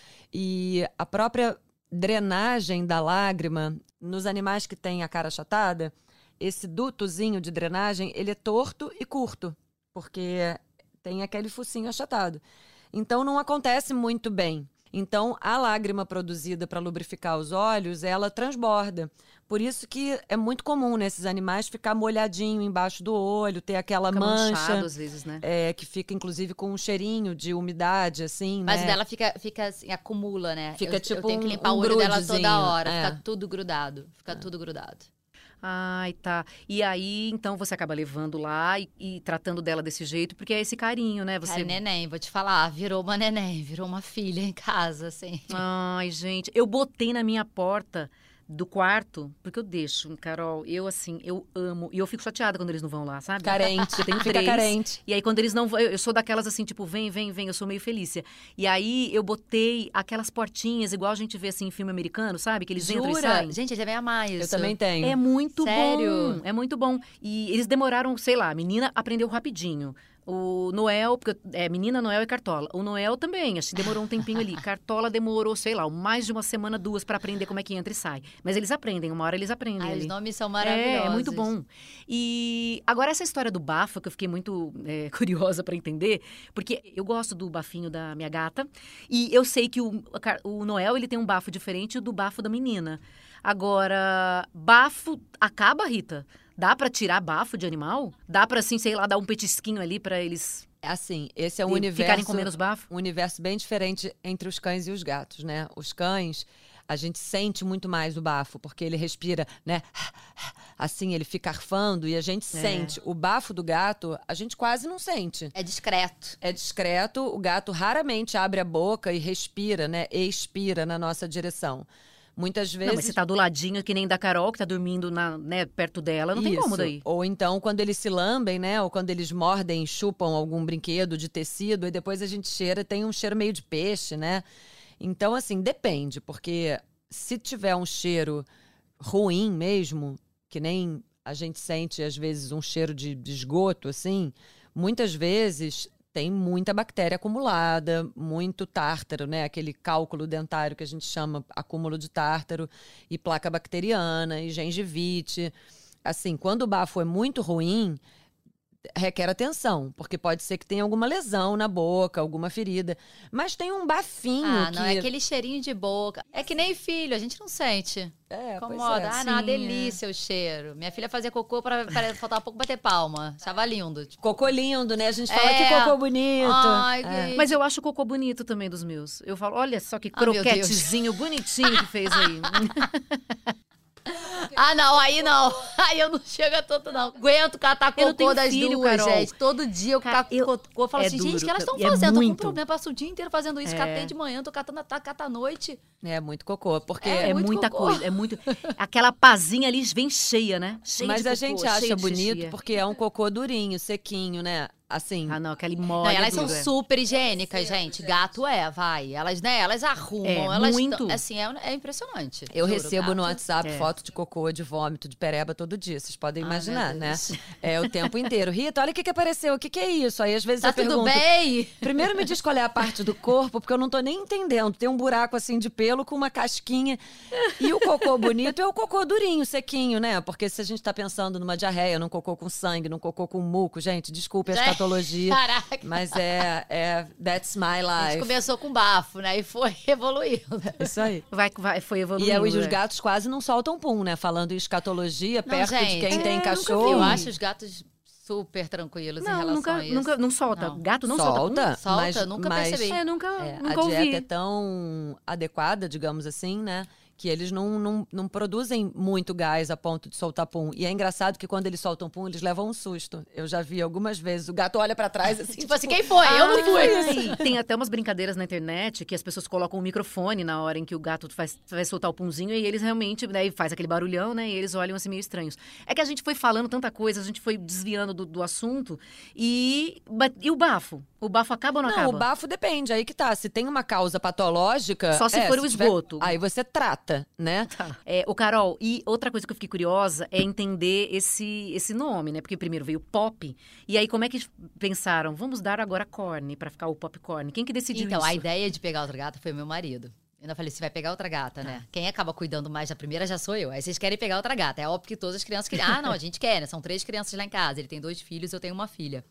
S5: E a própria drenagem da lágrima, nos animais que têm a cara achatada, esse dutozinho de drenagem, ele é torto e curto, porque tem aquele focinho achatado. Então, não acontece muito bem. Então, a lágrima produzida para lubrificar os olhos, ela transborda. Por isso que é muito comum nesses animais ficar molhadinho embaixo do olho, ter aquela
S1: Fica
S5: mancha,
S1: manchado às vezes, né?
S5: é, que fica, inclusive, com um cheirinho de umidade, assim,
S4: Mas
S5: né?
S4: o dela fica, fica assim, acumula, né?
S5: Fica
S4: eu, eu
S5: tipo
S4: tenho que
S5: um-
S4: limpar
S5: um
S4: o olho dela
S5: grudezinho,
S4: toda hora,
S5: é.
S4: fica tudo grudado, fica tudo grudado.
S1: Ai, tá. E aí, então, você acaba levando lá e, e tratando dela desse jeito, porque é esse carinho, né? Você...
S4: Cara, neném, vou te falar, virou uma neném, virou uma filha em casa, assim.
S1: Ai, gente, eu botei na minha porta do quarto, porque eu deixo, Carol, eu assim, eu amo. E eu fico chateada quando eles não vão lá, sabe?
S5: Carente,
S1: Eu tenho
S5: fica
S1: três.
S5: carente.
S1: E aí, quando eles não vão, eu eu sou daquelas assim, tipo, vem, vem, vem, eu sou meio Felícia. E aí, eu botei aquelas portinhas, igual a gente vê assim em filme americano, sabe? Que eles entram e
S4: Jura?
S1: saem.
S4: Gente, ele vai amar isso.
S5: Eu também tenho.
S1: É muito
S4: Sério?
S1: bom. É muito bom. E eles demoraram, sei lá, a menina aprendeu rapidinho. O Noel, porque é menina, Noel e Cartola. O Noel também, acho que demorou um tempinho ali. Cartola demorou, sei lá, mais de uma semana, duas pra aprender como é que entra e sai. Mas eles aprendem, uma hora eles aprendem
S4: Ai,
S1: ali.
S4: os nomes são maravilhosos.
S1: É, é muito bom. E agora essa história do bafo, que eu fiquei muito é, curiosa pra entender, porque eu gosto do bafinho da minha gata, e eu sei que o, a Car- o Noel, ele tem um bafo diferente do bafo da menina. Agora, bafo acaba, Rita? Dá pra tirar bafo de animal? Dá pra, assim, sei lá, dar um petisquinho ali pra eles
S5: Assim, esse é um
S1: e
S5: universo...
S1: ficarem com menos bafo?
S5: um universo bem diferente entre os cães e os gatos, né? Os cães, a gente sente muito mais o bafo, porque ele respira, né? Assim, ele fica arfando e a gente
S1: É.
S5: sente. O bafo do gato, a gente quase não sente.
S4: É discreto.
S5: É discreto, o gato raramente abre a boca e respira, né? Expira na nossa direção. Muitas vezes...
S1: Não, mas você tá do ladinho, que nem da Carol, que tá dormindo na, né, perto dela, não tem como
S5: Isso.
S1: daí.
S5: Ou então, quando eles se lambem, né? Ou quando eles mordem, chupam algum brinquedo de tecido, e depois a gente cheira, tem um cheiro meio de peixe, né? Então, assim, depende, porque se tiver um cheiro ruim mesmo, que nem a gente sente, às vezes, um cheiro de, de esgoto, assim, muitas vezes tem muita bactéria acumulada, muito tártaro, né? Aquele cálculo dentário que a gente chama acúmulo de tártaro, e placa bacteriana, e gengivite. Assim, quando o bafo é muito ruim, requer atenção, porque pode ser que tenha alguma lesão na boca, alguma ferida. Mas tem um bafinho
S4: Ah,
S5: que...
S4: não, é aquele cheirinho de boca. É que nem filho, a gente não sente.
S5: É, pois
S4: Incomoda.
S5: é.
S4: Ah, não, uma
S1: Sim,
S4: delícia o cheiro. Minha filha fazia cocô para faltar pouco bater palma. Achava lindo. Tipo,
S5: Cocô lindo, né? A gente fala
S4: É.
S5: que cocô bonito.
S4: ai,
S5: É.
S4: que...
S1: Mas eu acho o cocô bonito também dos meus. Eu falo, olha só que
S4: Ah, meu Deus.
S1: croquetezinho bonitinho que fez aí.
S4: Ah, não, aí não. Aí eu não chego a tanto, não. Aguento catar
S1: Eu não
S4: cocô
S1: tenho
S4: das
S1: filho,
S4: duas,
S1: Carol.
S4: gente. Todo dia eu
S1: Cara,
S4: cato
S1: eu-
S4: cocô. Eu falo
S1: é
S4: assim, gente, o
S1: duro,
S4: que elas estão
S1: é
S4: fazendo? Eu tô com um
S1: muito.
S4: problema, passo o dia inteiro fazendo isso.
S1: É.
S4: Catei de manhã, tô catando, tá, cata à noite.
S5: É muito cocô, porque...
S1: É, é
S4: muito
S1: muita
S4: cocô.
S1: coisa, é muito... Aquela pazinha ali vem cheia, né? Cheia
S5: Mas
S1: de
S5: a
S1: cocô,
S5: gente
S1: cheia
S5: acha
S1: de
S5: bonito
S1: xixi.
S5: porque é um cocô durinho, sequinho, né? Assim...
S1: Ah, não, aquela
S4: Não,
S1: molha
S4: elas são
S1: dura.
S4: super higiênicas, gente. Gato é, vai. Elas, né, elas arrumam.
S1: É,
S4: elas
S1: muito.
S4: tão- assim, é, é impressionante.
S5: Eu
S4: Juro,
S5: recebo
S4: gato.
S5: no WhatsApp
S1: É.
S5: foto de cocô, de vômito, de pereba todo dia. Vocês podem
S4: Ai,
S5: imaginar,
S4: meu
S5: né?
S4: Deus.
S5: É o tempo inteiro. Rita, olha o que, que apareceu. O que, que é isso? Aí às vezes
S4: Tá
S5: eu
S4: tudo
S5: pergunto...
S4: bem?
S5: Primeiro me diz qual é a parte do corpo, porque eu não tô nem entendendo. Tem um buraco assim de pelo com uma casquinha. E o cocô bonito é o cocô durinho, sequinho, né? Porque se a gente tá pensando numa diarreia, num cocô com sangue, num cocô com muco, gente, desculpe a escatologia.
S4: Caraca.
S5: Mas é, é... That's my
S4: A gente
S5: life.
S4: começou com bafo, né? E foi evoluindo.
S5: Isso aí.
S1: Vai, vai, foi evoluindo.
S5: E aí os
S1: é.
S5: gatos quase não soltam pum, né? Falando em escatologia,
S4: Não,
S5: perto de
S4: gente,
S5: quem
S1: é,
S5: tem
S1: nunca
S5: cachorro.
S1: vi.
S4: Eu acho os gatos super tranquilos em
S1: Não,
S4: relação
S1: nunca,
S4: a isso.
S1: nunca, não solta.
S4: Não.
S1: Gato não solta.
S5: solta,
S4: Solta,
S5: mas,
S4: nunca
S5: mas,
S4: percebi.
S1: É, nunca,
S5: é,
S1: nunca
S5: a
S1: ouvi.
S5: dieta é tão adequada, digamos assim, né? Que eles não, não, não produzem muito gás a ponto de soltar pum. E é engraçado que quando eles soltam pum, eles levam um susto. Eu já vi algumas vezes. O gato olha pra trás assim.
S4: Tipo assim, quem foi? Eu não fui.
S1: Ai, tem até umas brincadeiras na internet que as pessoas colocam um microfone na hora em que o gato faz, vai soltar o punzinho e eles realmente, né, faz aquele barulhão, né? E eles olham assim meio estranhos. É que a gente foi falando tanta coisa, a gente foi desviando do, do assunto e... E o bafo? O bafo acaba ou não,
S5: Não,
S1: acaba?
S5: o bafo depende. Aí que tá. Se tem uma causa patológica...
S1: Só se
S5: é,
S1: for o
S5: tiver-
S1: esgoto.
S5: Aí você trata, né?
S1: Tá. É, o Carol, e outra coisa que eu fiquei curiosa é entender esse, esse nome, né? Porque primeiro veio pop, e aí como é que pensaram? Vamos dar agora corn pra ficar o popcorn. Quem que decidiu
S4: Então,
S1: isso?
S4: a ideia de pegar outra gata foi meu marido. Eu ainda falei, você vai pegar outra gata, né? Quem acaba cuidando mais da primeira já sou eu. Aí vocês querem pegar outra gata. É óbvio que todas as crianças querem. Ah, não, a gente quer, né? São três crianças lá em casa. Ele tem dois filhos, eu tenho uma filha.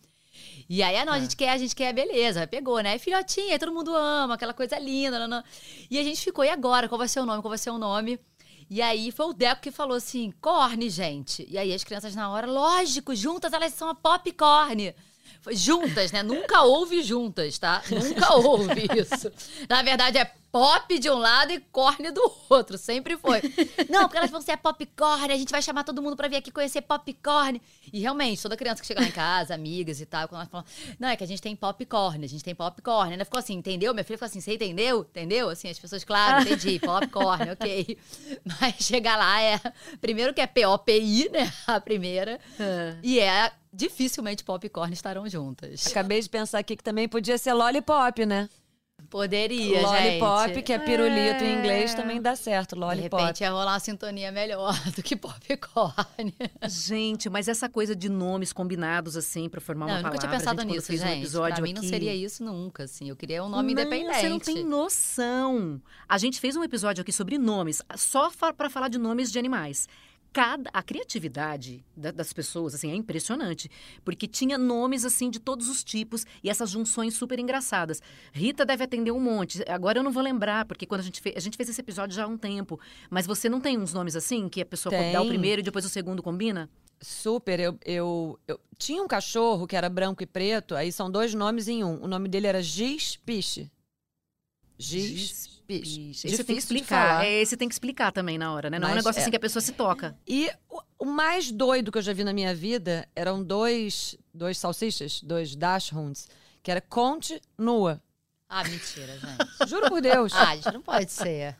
S4: E aí, ah, não, a gente quer, a gente quer, beleza. Pegou, né? Filhotinha, aí todo mundo ama, aquela coisa linda. Não, não. E a gente ficou, e agora? Qual vai ser o nome? Qual vai ser o nome? E aí foi o Deco que falou assim, corne, gente. E aí as crianças na hora, lógico, juntas elas são a popcorn. Foi juntas, né? Nunca houve juntas, tá? Nunca houve isso. Na verdade, é pop de um lado e corne do outro. Sempre foi. Não, porque elas vão ser a popcorn, a gente vai chamar todo mundo pra vir aqui conhecer popcorn. E realmente, toda criança que chega lá em casa, amigas e tal, quando elas falam, não, é que a gente tem popcorn, a gente tem popcorn. Ela ficou assim, entendeu? Minha filha ficou assim, você entendeu? Entendeu? Assim, as pessoas, claro, entendi, popcorn, ok. Mas chegar lá é, primeiro que é P O P I, né? A primeira.
S1: É.
S4: E é, dificilmente popcorn estarão juntas.
S5: Acabei de pensar aqui que também podia ser lollipop, né?
S4: Poderia,
S5: Lollipop,
S4: gente.
S5: que é pirulito em inglês, também dá certo.
S4: De
S5: Lollipop.
S4: repente ia rolar uma sintonia melhor do que popcorn.
S1: Gente, mas essa coisa de nomes combinados assim pra formar
S4: Não,
S1: uma
S4: eu nunca
S1: palavra,
S4: tinha pensado
S1: a gente, quando
S4: nisso,
S1: fez um
S4: gente.
S1: episódio
S4: Pra mim não
S1: aqui-
S4: seria isso nunca, assim. Eu queria um nome
S1: Não,
S4: independente.
S1: Você não tem noção. A gente fez um episódio aqui sobre nomes, só fa- pra falar de nomes de animais. Cada, a criatividade da- das pessoas, assim, é impressionante. Porque tinha nomes, assim, de todos os tipos e essas junções super engraçadas. Rita deve atender um monte. Agora eu não vou lembrar, porque quando a gente fez... A gente fez esse episódio já há um tempo. Mas você não tem uns nomes assim, que a pessoa
S5: Tem.
S1: dá o primeiro e depois o segundo combina?
S5: Super. Eu, eu, eu tinha um cachorro que era branco e preto, aí são dois nomes em um. O nome dele era Giz Piche. Giz Piche.
S1: Esse tem que
S5: Difícil de
S1: explicar.
S5: falar.
S1: É, esse tem que explicar também na hora, né? Não é um
S5: Mas
S1: negócio
S5: é-
S1: assim que a pessoa se toca.
S5: E o, o mais doido que eu já vi na minha vida eram dois, dois salsichas, dois dachshunds, que era Conte Nua.
S4: Ah, mentira, gente.
S5: Juro por Deus.
S4: Ah, gente, não pode ser.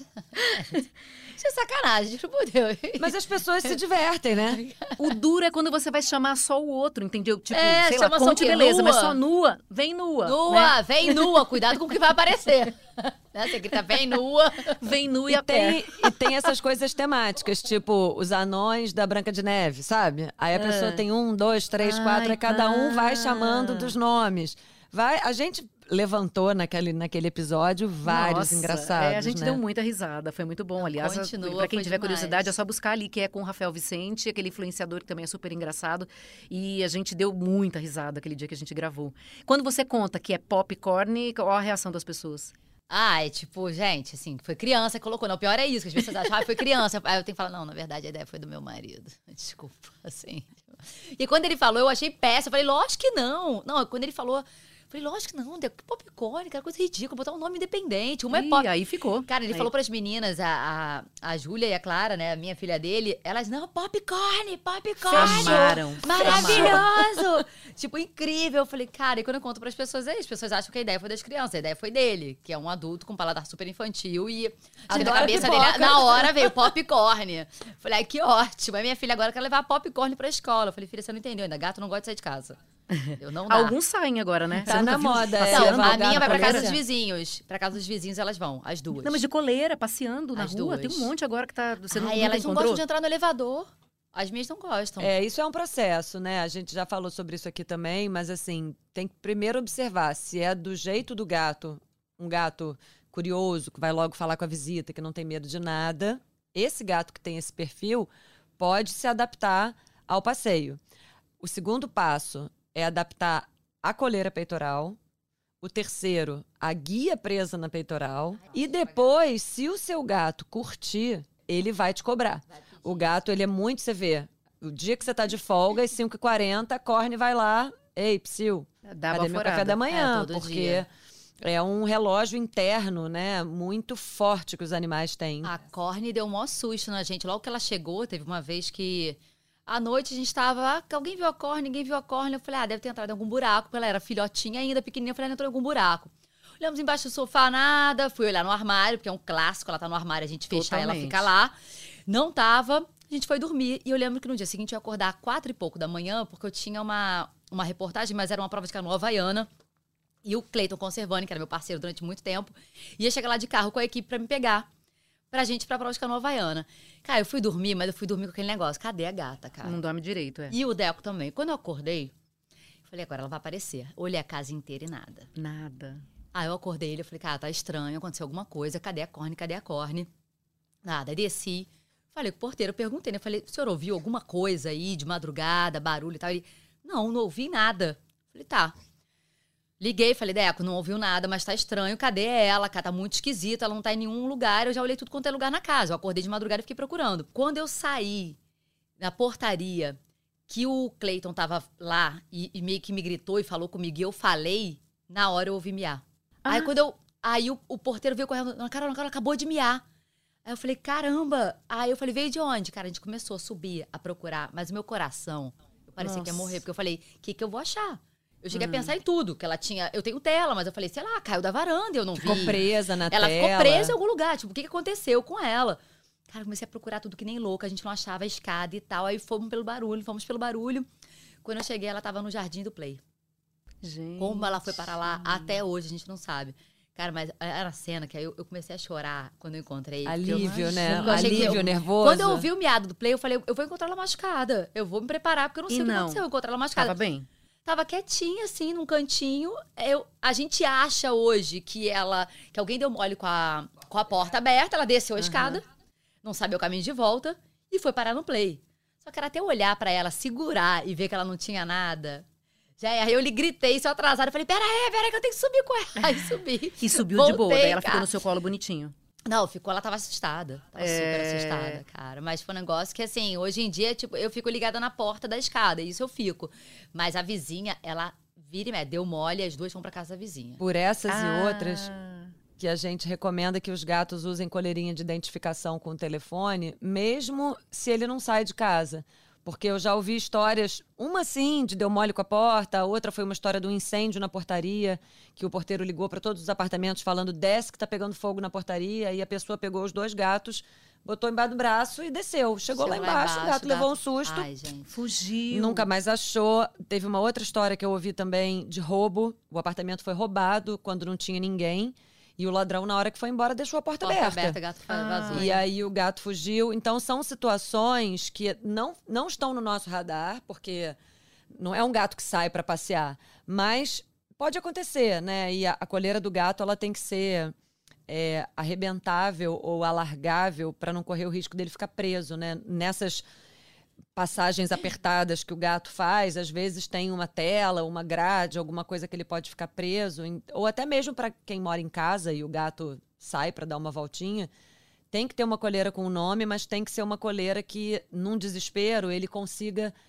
S4: Isso é sacanagem, juro por Deus.
S5: Mas as pessoas se divertem, né?
S1: O duro é quando você vai chamar só o outro, entendeu? Tipo,
S4: É,
S1: sei lá,
S4: chama só
S1: conte
S4: o quê?
S1: beleza, mas
S4: Nua?
S1: só nua. Vem nua.
S4: Nua,
S1: né?
S4: vem nua. Cuidado com o que vai aparecer. Né? Você grita, vem nua.
S1: Vem nua e,
S5: E
S1: a pé.
S5: tem, e tem essas coisas temáticas, tipo os anões da Branca de Neve, sabe? Aí a pessoa tem um, dois, três,
S1: Ai,
S5: quatro, e cada um vai
S1: tá.
S5: chamando dos nomes. Vai, a gente levantou naquele, naquele episódio vários
S1: Nossa,
S5: engraçados,
S1: é, a gente
S5: né?
S1: deu muita risada, foi muito bom. Aliás, a-
S4: Continua,
S1: pra quem
S4: foi
S1: tiver
S4: demais.
S1: curiosidade, é só buscar ali, que é com o Rafael Vicente, aquele influenciador que também é super engraçado. E a gente deu muita risada aquele dia que a gente gravou. Quando você conta que é popcorn, qual a reação das pessoas?
S4: Ah, é tipo, gente, assim, foi criança que colocou. Não, o pior é isso, que as pessoas acham, ah, foi criança. Aí eu tenho que falar, não, na verdade a ideia foi do meu marido. Desculpa, assim. E quando ele falou, eu achei péssimo. Eu falei, lógico que não. Não, quando ele falou, Falei, lógico que não, que popcorn, cara, coisa ridícula, botar um nome independente, uma é
S1: Ih,
S4: pop.
S1: aí ficou.
S4: Cara, ele
S1: Aí.
S4: falou pras meninas, a, a, a Júlia e a Clara, né, a minha filha dele, elas, não, popcorn, popcorn.
S1: Amaram.
S4: Maravilhoso! Tipo, incrível. Eu falei, cara, e quando eu conto pras pessoas, aí, as pessoas acham que a ideia foi das crianças, a ideia foi dele, que é um adulto com paladar super infantil e acho que na
S5: Adora
S4: cabeça
S5: pipoca.
S4: dele, na hora veio popcorn. Falei, ai, que ótimo. Aí minha filha agora quer levar popcorn pra escola. Eu falei, filha, você não entendeu ainda, gato não gosta de sair de casa. Eu não dá.
S1: Alguns saem agora, né?
S5: Tá
S1: Você nunca
S5: na
S1: viu
S5: moda, é.
S1: passeando?
S4: Não,
S5: levar
S4: a
S5: o gato
S4: minha vai pra casa
S5: coleira?
S4: dos vizinhos. Pra casa dos vizinhos elas vão, as duas.
S1: Não, mas de coleira, passeando na
S4: As
S1: rua.
S4: duas.
S1: Tem um monte agora que tá... Você não,
S4: Ai,
S1: nunca
S4: elas não
S1: encontrou?
S4: gostam de entrar no elevador. As minhas não gostam.
S5: É, isso é um processo, né? A gente já falou sobre isso aqui também, mas assim, tem que primeiro observar se é do jeito do gato, um gato curioso, que vai logo falar com a visita, que não tem medo de nada. Esse gato que tem esse perfil pode se adaptar ao passeio. O segundo passo é adaptar a coleira peitoral. O terceiro, a guia presa na peitoral. E depois, se o seu gato curtir, ele vai te cobrar. O gato, ele é muito, você vê, o dia que você tá de folga, às cinco e quarenta, a Corne vai lá, ei, psiu,
S1: Dá
S5: cadê meu
S1: baforada.
S5: café da manhã?
S4: É, todo
S5: porque
S4: dia.
S5: é um relógio interno, né, muito forte que os animais têm.
S4: A Corne deu um maior susto na gente. Logo que ela chegou, teve uma vez que... À noite a gente tava... Ah, alguém viu a Corne? Ninguém viu a Corne. Eu falei, ah, deve ter entrado em algum buraco. Porque ela era filhotinha ainda, pequenininha. Eu falei, ela entrou em algum buraco. Olhamos embaixo do sofá, nada. Fui olhar no armário, porque é um clássico. Ela tá no armário, a gente fecha ela,
S1: Totalmente.
S4: fica lá. Não tava. A gente foi dormir. E eu lembro que no dia seguinte eu ia acordar às quatro e pouco da manhã, porque eu tinha uma, uma reportagem, mas era uma prova de canoa havaiana. E o Cleiton Conservani, que era meu parceiro durante muito tempo, ia chegar lá de carro com a equipe pra me pegar. Pra gente ir pra prova de canoa havaiana. Cara, eu fui dormir, mas eu fui dormir com aquele negócio. Cadê a gata, cara?
S1: Não dorme direito, é.
S4: E o Deco também. Quando eu acordei, eu falei, agora ela vai aparecer. Olhei a casa inteira e nada.
S1: Nada.
S4: Aí eu acordei ele, eu falei, cara, tá estranho, aconteceu alguma coisa. Cadê a Corne? Cadê a Corne? Nada. Aí desci, falei com o porteiro, perguntei, né? Falei, o senhor ouviu alguma coisa aí de madrugada, barulho e tal? Ele, não, não ouvi nada. Falei, tá. Liguei, falei, Deco, não ouviu nada, mas tá estranho. Cadê ela? Cara, tá muito esquisita, ela não tá em nenhum lugar. Eu já olhei tudo quanto é lugar na casa. Eu acordei de madrugada e fiquei procurando. Quando eu saí na portaria, que o Cleiton tava lá e, e meio que me gritou e falou comigo, e eu falei, na hora eu ouvi miar.
S1: Ah.
S4: Aí quando eu... Aí o, o porteiro veio correndo, Ana Carol, Ana Carol, acabou de miar. Aí eu falei, caramba! Aí eu falei, veio de onde? Cara, a gente começou a subir, a procurar, mas o meu coração, eu parecia
S1: Nossa.
S4: que ia morrer, porque eu falei, o que que eu vou achar? Eu cheguei a pensar em tudo, que ela tinha... Eu tenho tela, mas eu falei, sei lá, caiu da varanda, eu não
S5: Ficou
S4: vi.
S5: presa na
S4: Ela
S5: tela.
S4: ficou presa em algum lugar, tipo, o que que aconteceu com ela? Cara, eu comecei a procurar tudo que nem louca, a gente não achava a escada e tal, aí fomos pelo barulho, fomos pelo barulho. Quando eu cheguei, ela tava no jardim do Play.
S1: Gente.
S4: Como ela foi parar lá, até hoje, a gente não sabe. Cara, mas era a cena que aí eu, eu comecei a chorar quando eu encontrei. porque eu-
S5: Alívio, né?
S4: eu achei que
S5: Alívio,
S4: eu-
S5: nervoso.
S4: Quando eu ouvi o miado do Play, eu falei, eu vou encontrar ela machucada. Eu vou me preparar, porque eu não
S1: E
S4: sei o que
S1: não.
S4: aconteceu. Eu encontrar ela machucada.
S1: Tava bem?
S4: Tava quietinha, assim, num cantinho. Eu, a gente acha hoje que ela... Que alguém deu mole com a, com a porta aberta. Ela desceu a escada. Não sabia o caminho de volta. E foi parar no Play. Só que era até eu olhar pra ela, segurar e ver que ela não tinha nada. Já é, aí eu lhe gritei, sou atrasada. Eu falei, pera aí, pera aí que eu tenho que subir com ela. Aí subi.
S1: E subiu de boa,
S4: Voltei,
S1: daí ela ficou
S4: cara.
S1: no seu colo bonitinho.
S4: Não, ficou, ela tava assustada. Tava
S1: É.
S4: super assustada, cara. Mas foi um negócio que, assim, hoje em dia, tipo, eu fico ligada na porta da escada. Isso eu fico. Mas a vizinha, ela vira e mexe, deu mole e as duas vão pra casa da vizinha.
S5: Por essas
S1: Ah.
S5: e outras, que a gente recomenda que os gatos usem coleirinha de identificação com o telefone, mesmo se ele não sai de casa. Porque eu já ouvi histórias, uma sim, de deu mole com a porta, a outra foi uma história de um incêndio na portaria, que o porteiro ligou para todos os apartamentos falando, desce que tá pegando fogo na portaria, e a pessoa pegou os dois gatos, botou embaixo do braço e desceu. Chegou, lá embaixo, o gato levou um susto.
S4: Ai, gente.
S1: Fugiu.
S5: Nunca mais achou. Teve uma outra história que eu ouvi também de roubo. O apartamento foi roubado quando não tinha ninguém. E o ladrão, na hora que foi embora, deixou a porta,
S4: Porta
S5: aberta.
S4: aberta, gato
S1: Ah.
S4: vazou.
S5: E aí o gato fugiu. Então são situações que não, não estão no nosso radar, porque não é um gato que sai para passear. Mas pode acontecer, né? E a, a coleira do gato ela tem que ser é, arrebentável ou alargável para não correr o risco dele ficar preso, né? Nessas passagens apertadas que o gato faz, às vezes tem uma tela, uma grade, alguma coisa que ele pode ficar preso, em- ou até mesmo para quem mora em casa e o gato sai para dar uma voltinha, tem que ter uma coleira com o nome, mas tem que ser uma coleira que, num desespero, ele consiga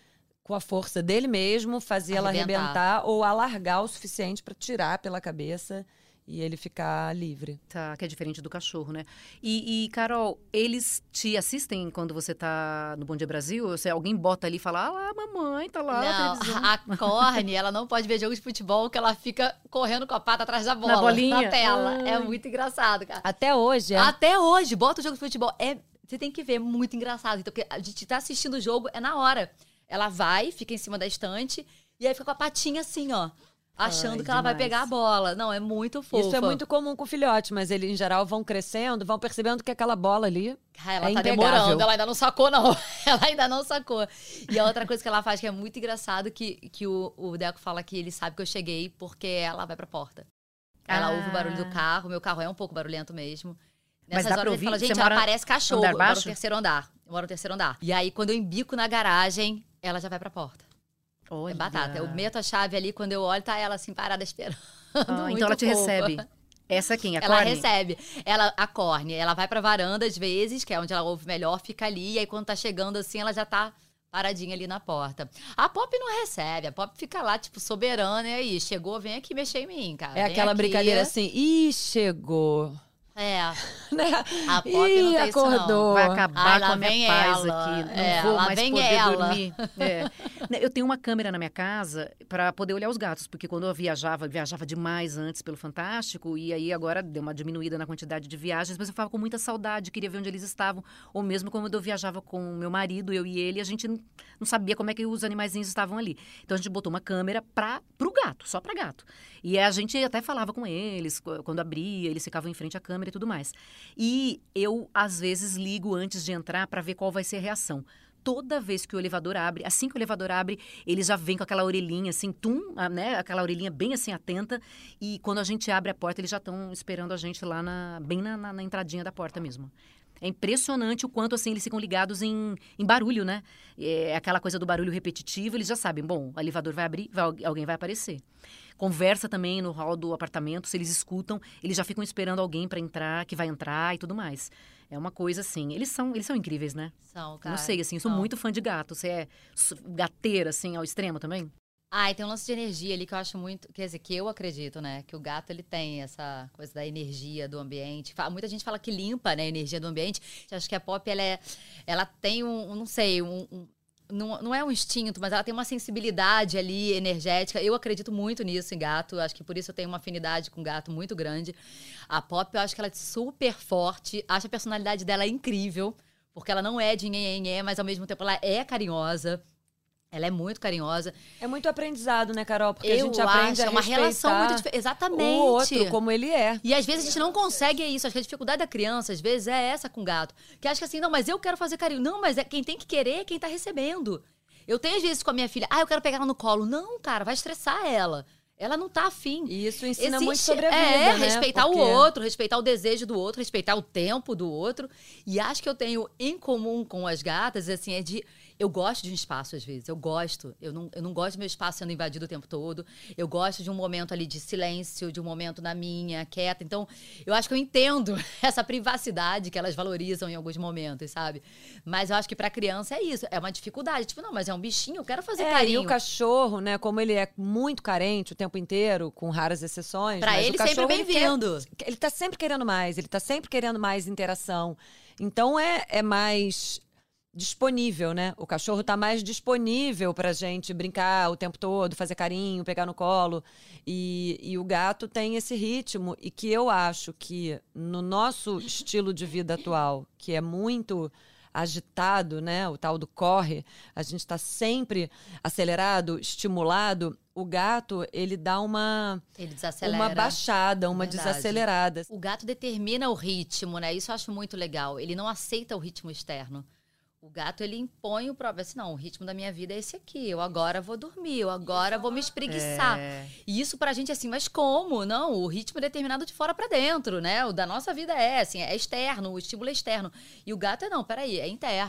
S5: com a força dele mesmo, fazer ela arrebentar ou alargar o suficiente para tirar pela cabeça e ele ficar livre.
S1: Tá, que é diferente do cachorro, né? E, e, Carol, eles te assistem quando você tá no Bom Dia Brasil? Se alguém bota ali e fala, ah lá, mamãe, tá lá na televisão.
S4: Não, a Corne, ela não pode ver jogo de futebol, que ela fica correndo com a pata atrás da bola.
S1: Na bolinha?
S4: Na tela.
S1: Ai.
S4: É muito engraçado, cara.
S5: Até hoje, é?
S4: Até hoje, bota o jogo de futebol. É, você tem que ver, é muito engraçado. Então, porque a gente tá assistindo o jogo, é na hora. Ela vai, fica em cima da estante, e aí fica com a patinha assim, ó. Achando
S1: Ai,
S4: que ela
S1: demais.
S4: vai pegar a bola. Não, é muito fofo.
S5: Isso é muito comum com filhote, mas eles, em geral, vão crescendo, vão percebendo que aquela bola ali
S4: Ah, ela
S5: é
S4: tá
S5: impegável.
S4: demorando, ela ainda não sacou, não. Ela ainda não sacou. E a outra coisa que ela faz que é muito engraçado, que, que o, o Deco fala que ele sabe que eu cheguei porque ela vai pra porta. Ela
S1: Ah.
S4: ouve o barulho do carro, meu carro é um pouco barulhento mesmo.
S1: Mas
S4: Nessas
S1: dá pra
S4: horas
S1: ouvir?
S4: ele fala,
S1: Você
S4: gente,
S1: mora
S4: ela parece cachorro.
S1: andar
S4: Eu moro no
S1: baixo?
S4: terceiro andar. Eu moro no terceiro andar. E aí, quando eu embico na garagem, ela já vai pra porta.
S1: Olha.
S4: É batata. Eu meto a chave ali, quando eu olho, tá ela assim, parada esperando.
S1: Ah,
S4: Muito
S1: então ela te
S4: fofa.
S1: recebe. Essa quem? A
S4: Ela
S1: Corne?
S4: recebe. Ela, a Corne, ela vai pra varanda às vezes, que é onde ela ouve melhor, fica ali. E aí, quando tá chegando assim, ela já tá paradinha ali na porta. A Pop não recebe. A Pop fica lá, tipo, soberana. E aí, chegou, vem aqui mexer em mim, cara.
S5: é
S4: Vem
S5: aquela
S4: aqui.
S5: brincadeira assim, ih, chegou.
S4: É.
S5: Né?
S4: A Pop
S5: Ih,
S4: não tem isso, não.
S5: acordou.
S1: Vai acabar
S4: Ai, lá
S1: com a minha
S4: vem
S1: paz
S4: ela.
S1: aqui. Não
S4: É,
S1: vou
S4: lá
S1: mais
S4: vem
S1: poder
S4: ela.
S1: dormir. É. Eu tenho uma câmera na minha casa para poder olhar os gatos, porque quando eu viajava, eu viajava demais antes pelo Fantástico, e aí agora deu uma diminuída na quantidade de viagens, mas eu ficava com muita saudade, queria ver onde eles estavam. Ou mesmo quando eu viajava com meu marido, eu e ele, a gente não, não sabia como é que os animaizinhos estavam ali. Então a gente botou uma câmera para pro gato, só para gato. E a gente até falava com eles, quando abria, eles ficavam em frente à câmera e tudo mais. E eu, às vezes, ligo antes de entrar para ver qual vai ser a reação. Toda vez que o elevador abre, assim que o elevador abre, ele já vem com aquela orelhinha assim, tum, né? Aquela orelhinha bem assim atenta. E quando a gente abre a porta, eles já estão esperando a gente lá, na, bem na, na, na entradinha da porta mesmo. É impressionante o quanto, assim, eles ficam ligados em, em barulho, né? É aquela coisa do barulho repetitivo, eles já sabem, bom, o elevador vai abrir, vai, alguém vai aparecer. Conversa também no hall do apartamento, se eles escutam, eles já ficam esperando alguém para entrar, que vai entrar e tudo mais. É uma coisa assim, eles são, eles são incríveis, né?
S4: São, cara.
S1: Não sei, assim, eu sou
S4: São.
S1: muito fã de gato. Você é su- gateira, assim, ao extremo também?
S4: Ah, e tem um lance de energia ali que eu acho muito... Quer dizer, que eu acredito, né? Que o gato, ele tem essa coisa da energia do ambiente. Fa- Muita gente fala que limpa, né? A energia do ambiente. Eu acho que a Pop, ela, é, ela tem um... Não sei, um... um não, não é um instinto, mas ela tem uma sensibilidade ali energética. Eu acredito muito nisso em gato. Acho que por isso eu tenho uma afinidade com gato muito grande. A Pop, eu acho que ela é super forte. Acho a personalidade dela incrível. Porque ela não é de nhenhenhé, mas ao mesmo tempo ela é carinhosa. Ela é muito carinhosa.
S5: É muito aprendizado, né, Carol? Porque
S4: Eu
S5: a gente aprende
S4: acho,
S5: a
S4: é uma relação muito
S5: respeitar
S4: diferente. Exatamente.
S5: o outro, como ele é.
S4: E às vezes a gente não consegue isso. Acho que a dificuldade da criança, às vezes, é essa com o gato. Que acha que assim, não, mas eu quero fazer carinho. Não, mas é quem tem que querer é quem tá recebendo. Eu tenho, às vezes, com a minha filha, ah, eu quero pegar ela no colo. Não, cara, vai estressar ela. Ela não tá afim.
S5: E isso ensina
S4: Existe-
S5: muito sobre a vida,
S4: É,
S5: né?
S4: respeitar
S5: Porque
S4: o outro, respeitar o desejo do outro, respeitar o tempo do outro. E acho que eu tenho em comum com as gatas, assim, é de... Eu gosto de um espaço, às vezes. Eu gosto. Eu não, eu não gosto do meu espaço sendo invadido o tempo todo. Eu gosto de um momento ali de silêncio, de um momento na minha, quieta. Então, eu acho que eu entendo essa privacidade que elas valorizam em alguns momentos, sabe? Mas eu acho que pra criança é isso. É uma dificuldade. Tipo, não, mas é um bichinho, eu quero fazer
S5: É,
S4: carinho.
S5: e o cachorro, né, como ele é muito carente o tempo inteiro, com raras exceções.
S4: Pra
S5: mas
S4: ele,
S5: o cachorro,
S4: sempre
S5: ele
S4: bem-vindo.
S5: quer- Ele tá sempre querendo mais, ele tá sempre querendo mais interação. Então é, é mais disponível, né? O cachorro tá mais disponível pra gente brincar o tempo todo, fazer carinho, pegar no colo. E, e o gato tem esse ritmo. E que eu acho que no nosso estilo de vida atual, que é muito agitado, né? O tal do corre, a gente tá sempre acelerado, estimulado. O gato, ele dá uma,
S4: Ele desacelera.
S5: uma baixada, uma
S4: Verdade.
S5: desacelerada.
S4: O gato determina o ritmo, né? Isso eu acho muito legal. Ele não aceita o ritmo externo. O gato, ele impõe o próprio. Assim, não, o ritmo da minha vida é esse aqui. Eu agora vou dormir, eu agora vou me espreguiçar.
S1: É.
S4: E isso pra gente é assim, mas como? Não, o ritmo é determinado de fora pra dentro, né? O da nossa vida é, assim, é externo, o estímulo é externo. E o gato é, não, peraí, é interno.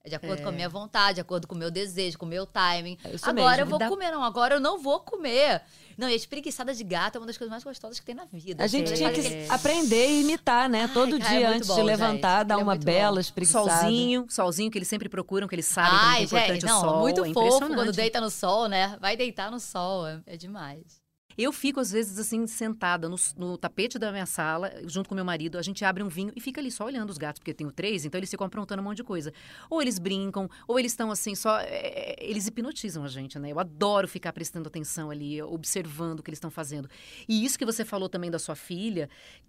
S4: É de acordo
S1: É.
S4: com a minha vontade, de acordo com o meu desejo, com o meu timing.
S5: É isso
S4: Agora
S5: mesmo.
S4: eu vou
S1: Dá-
S4: comer, não. Agora eu não vou comer. Não, e a espreguiçada de gato é uma das coisas mais gostosas que tem na vida.
S5: A gente
S4: Assim,
S5: tinha
S4: faz
S5: que
S4: aquele-
S5: aprender e imitar, né?
S4: Ai,
S5: Todo
S4: cara,
S5: dia
S4: é muito
S5: antes
S4: bom,
S5: de levantar,
S4: gente.
S5: dar
S4: Ele é
S5: uma
S4: muito
S5: bela
S4: bom.
S5: espreguiçada.
S1: Solzinho, solzinho que eles sempre procuram, que eles sabem como
S4: Ai,
S1: é importante
S4: gente,
S1: o
S4: não,
S1: sol.
S4: muito
S1: é
S4: fofo
S1: impressionante.
S4: quando deita no sol, né? Vai deitar no sol, é, é demais.
S1: Eu fico, às vezes, assim, sentada no, no tapete da minha sala, junto com meu marido, a gente abre um vinho e fica ali só olhando os gatos, porque eu tenho três, então eles ficam aprontando um monte de coisa. Ou eles brincam, ou eles estão assim, só... é, eles hipnotizam a gente, né? Eu adoro ficar prestando atenção ali, observando o que eles estão fazendo. E isso que você falou também da sua filha,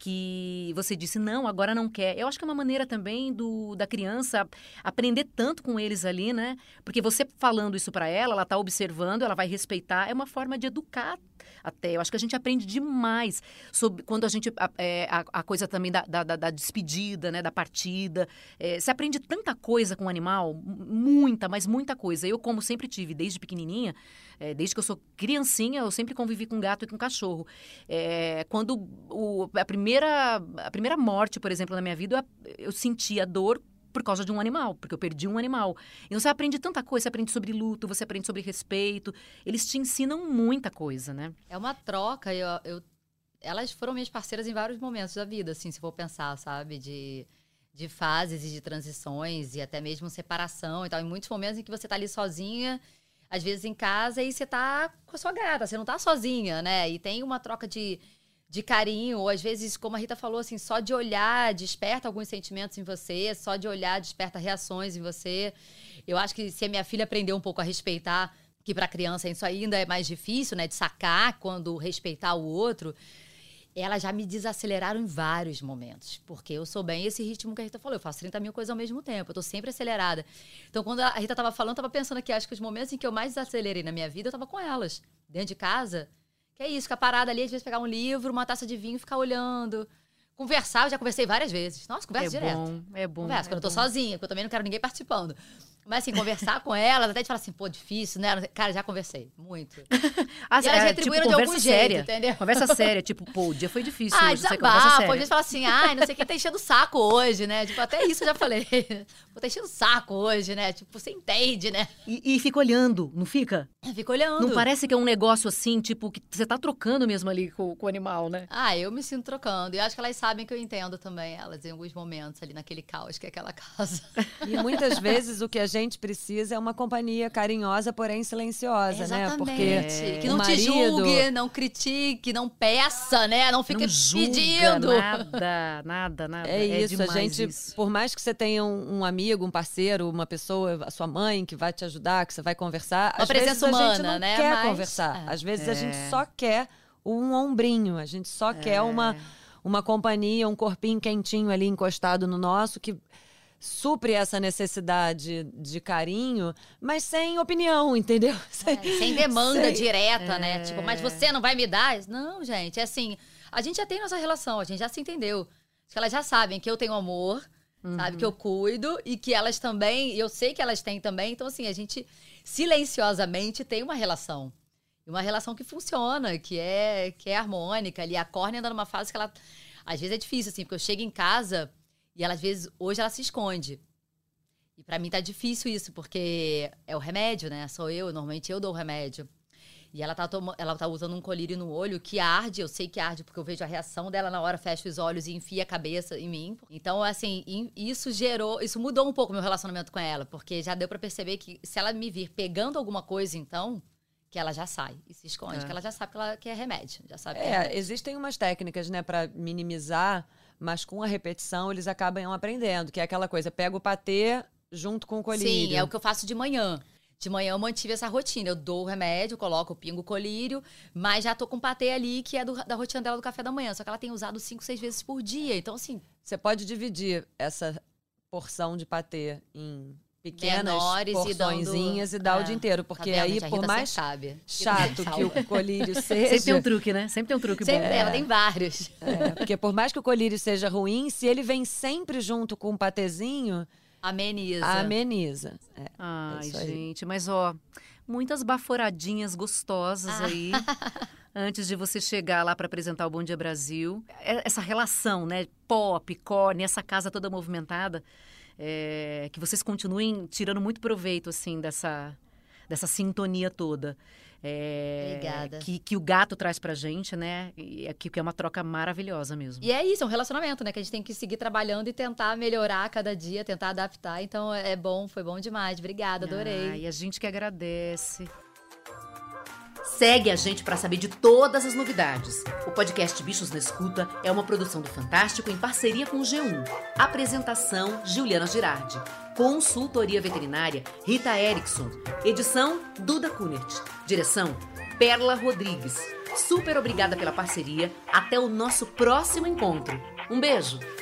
S1: que você disse, não, agora não quer. Eu acho que é uma maneira também do, da criança aprender tanto com eles ali, né? Porque você falando isso pra ela, ela tá observando, ela vai respeitar, é uma forma de educar até. Eu acho que a gente aprende demais sobre quando a gente a, é, a, a coisa também da, da, da despedida, né, da partida. É, você aprende tanta coisa com o animal, muita, mas muita coisa. Eu, como sempre tive desde pequenininha, é, desde que eu sou criancinha, eu sempre convivi com gato e com cachorro. É, quando o, a primeira a primeira morte, por exemplo, na minha vida, eu, eu sentia dor por causa de um animal, porque eu perdi um animal. Então você aprende tanta coisa, você aprende sobre luto, você aprende sobre respeito. Eles te ensinam muita coisa, né?
S4: É uma troca, eu, eu, elas foram minhas parceiras em vários momentos da vida, assim, se for pensar, sabe? De, de fases e de transições e até mesmo separação e tal. Em muitos momentos em que você tá ali sozinha, às vezes em casa, e você tá com a sua gata, você não tá sozinha, né? E tem uma troca de... de carinho, ou às vezes, como a Rita falou, assim, só de olhar desperta alguns sentimentos em você, só de olhar desperta reações em você. Eu acho que se a minha filha aprendeu um pouco a respeitar, que para criança isso ainda é mais difícil, né, de sacar quando respeitar o outro, elas já me desaceleraram em vários momentos, porque eu sou bem esse ritmo que a Rita falou, eu faço trinta mil coisas ao mesmo tempo, eu tô sempre acelerada. Então, quando a Rita tava falando, eu tava pensando aqui, acho que os momentos em que eu mais desacelerei na minha vida, eu tava com elas, dentro de casa. Que é isso, ficar parada ali, às vezes pegar um livro, uma taça de vinho e ficar olhando. Conversar, eu já conversei várias vezes. Nossa, conversa
S1: é
S4: direto.
S1: bom, é bom.
S4: Conversa,
S1: é
S4: quando eu tô
S1: bom.
S4: sozinha, porque eu também não quero ninguém participando. Mas assim, conversar com elas, até de falar assim, pô, difícil, né? Cara, já conversei, muito.
S1: Ah,
S4: E elas
S1: é,
S4: retribuíram
S1: tipo,
S4: de
S1: conversa
S4: algum
S1: séria.
S4: jeito, entendeu?
S1: Conversa séria, tipo, pô, o dia foi difícil
S4: Ah,
S1: hoje, você conversa
S4: desabafo. Às
S1: séria.
S4: vezes fala assim, ai, não sei quem tá enchendo o saco hoje, né? Tipo, até isso eu já falei. Pô, tá enchendo o saco hoje, né? Tipo, você entende, né?
S1: E, e fica olhando, não fica?
S4: Fica olhando.
S1: Não parece que é um negócio assim, tipo, que você tá trocando mesmo ali com, com o animal, né?
S4: Ah, eu me sinto trocando. E acho que elas sabem que eu entendo também elas em alguns momentos ali naquele caos que é aquela casa.
S5: E muitas vezes o que a gente precisa é uma companhia carinhosa, porém silenciosa,
S4: Exatamente.
S5: né? Porque
S1: É.
S4: Que
S5: o
S4: não te
S5: marido-
S4: julgue, não critique, não peça, né? Não fique
S1: não julga
S4: pedindo.
S1: nada, nada, nada.
S5: É isso, a
S1: demais
S5: gente,
S1: isso.
S5: por mais que você tenha um, um amigo, um parceiro, uma pessoa, a sua mãe que vai te ajudar, que você vai conversar,
S4: Uma
S5: às vezes
S4: presença
S5: a gente
S4: humana,
S5: não
S4: né?
S5: quer
S4: Mas-
S5: conversar.
S4: é.
S5: Às vezes a
S1: É.
S5: gente só quer um ombrinho, a gente só quer uma, uma companhia, um corpinho quentinho ali encostado no nosso que supre essa necessidade de carinho, mas sem opinião, entendeu? Sem-
S4: É, sem demanda
S5: Sei.
S4: direta, né? Tipo, mas você não vai me dar? Não, gente, é assim, a gente já tem nossa relação, a gente já se entendeu. Acho que elas já sabem que eu tenho amor, sabe? Que eu cuido e que elas também, e eu sei que elas têm também. Então, assim, a gente silenciosamente tem uma relação. E uma relação que funciona, que é, que é harmônica. Ali, a Córnea anda numa fase que ela... Às vezes é difícil, assim, porque eu chego em casa e ela, às vezes, hoje ela se esconde. E pra mim tá difícil isso, porque é o remédio, né? Sou eu, normalmente eu dou o remédio. E ela tá, toma- ela tá usando um colírio no olho que arde, eu sei que arde, porque eu vejo a reação dela na hora, fecha os olhos e enfia a cabeça em mim. Então, assim, in- isso gerou, isso mudou um pouco o meu relacionamento com ela, porque já deu pra perceber que se ela me vir pegando alguma coisa, então, que ela já sai e se esconde,
S1: É.
S4: que ela já sabe que, ela, que é remédio, já sabe que é,
S5: É,
S4: remédio.
S5: existem umas técnicas, né, pra minimizar, mas com a repetição eles acabam aprendendo, que é aquela coisa, pega o patê junto com o colírio.
S4: Sim, é o que eu faço de manhã. De manhã eu mantive essa rotina. Eu dou o remédio, coloco, pingo o colírio, mas já tô com patê ali, que é do- da rotina dela do café da manhã. Só que ela tem usado cinco, seis vezes por dia. Então, assim,
S5: Você pode dividir essa porção de patê em pequenas
S4: menores e dando...
S5: porçõezinhas e, dar o
S4: É,
S5: dia inteiro.
S4: tá
S5: Porque
S4: vendo,
S5: aí,
S4: gente? A
S5: por
S4: Rita
S5: mais
S4: sempre sabe.
S5: chato que o colírio seja...
S1: Sempre tem um truque, né? Sempre tem um truque
S4: Sempre,
S1: bom.
S4: ela tem vários.
S5: É, porque por mais que o colírio seja ruim, se ele vem sempre junto com o patezinho,
S4: Ameniza.
S5: ameniza. É,
S1: Ai,
S5: isso aí.
S1: gente, mas ó, muitas baforadinhas gostosas
S4: Ah.
S1: aí. Antes de você chegar lá para apresentar o Bom Dia Brasil. É- Essa relação, né? Pop, corne, essa casa toda movimentada. É, que vocês continuem tirando muito proveito, assim, dessa, dessa sintonia toda. É,
S4: Obrigada.
S1: Que, que o gato traz pra gente, né? E que, que é uma troca maravilhosa mesmo.
S4: E é isso, é um relacionamento, né? Que a gente tem que seguir trabalhando e tentar melhorar a cada dia, tentar adaptar. Então é bom, foi bom demais. Obrigada, adorei.
S1: Ah, e a gente que agradece. Segue a gente para saber de todas as novidades. O podcast Bichos na Escuta é uma produção do Fantástico em parceria com o G um. Apresentação, Juliana Girardi. Consultoria veterinária, Rita Erickson. Edição, Duda Kunert. Direção, Perla Rodrigues. Super obrigada pela parceria. Até o nosso próximo encontro. Um beijo!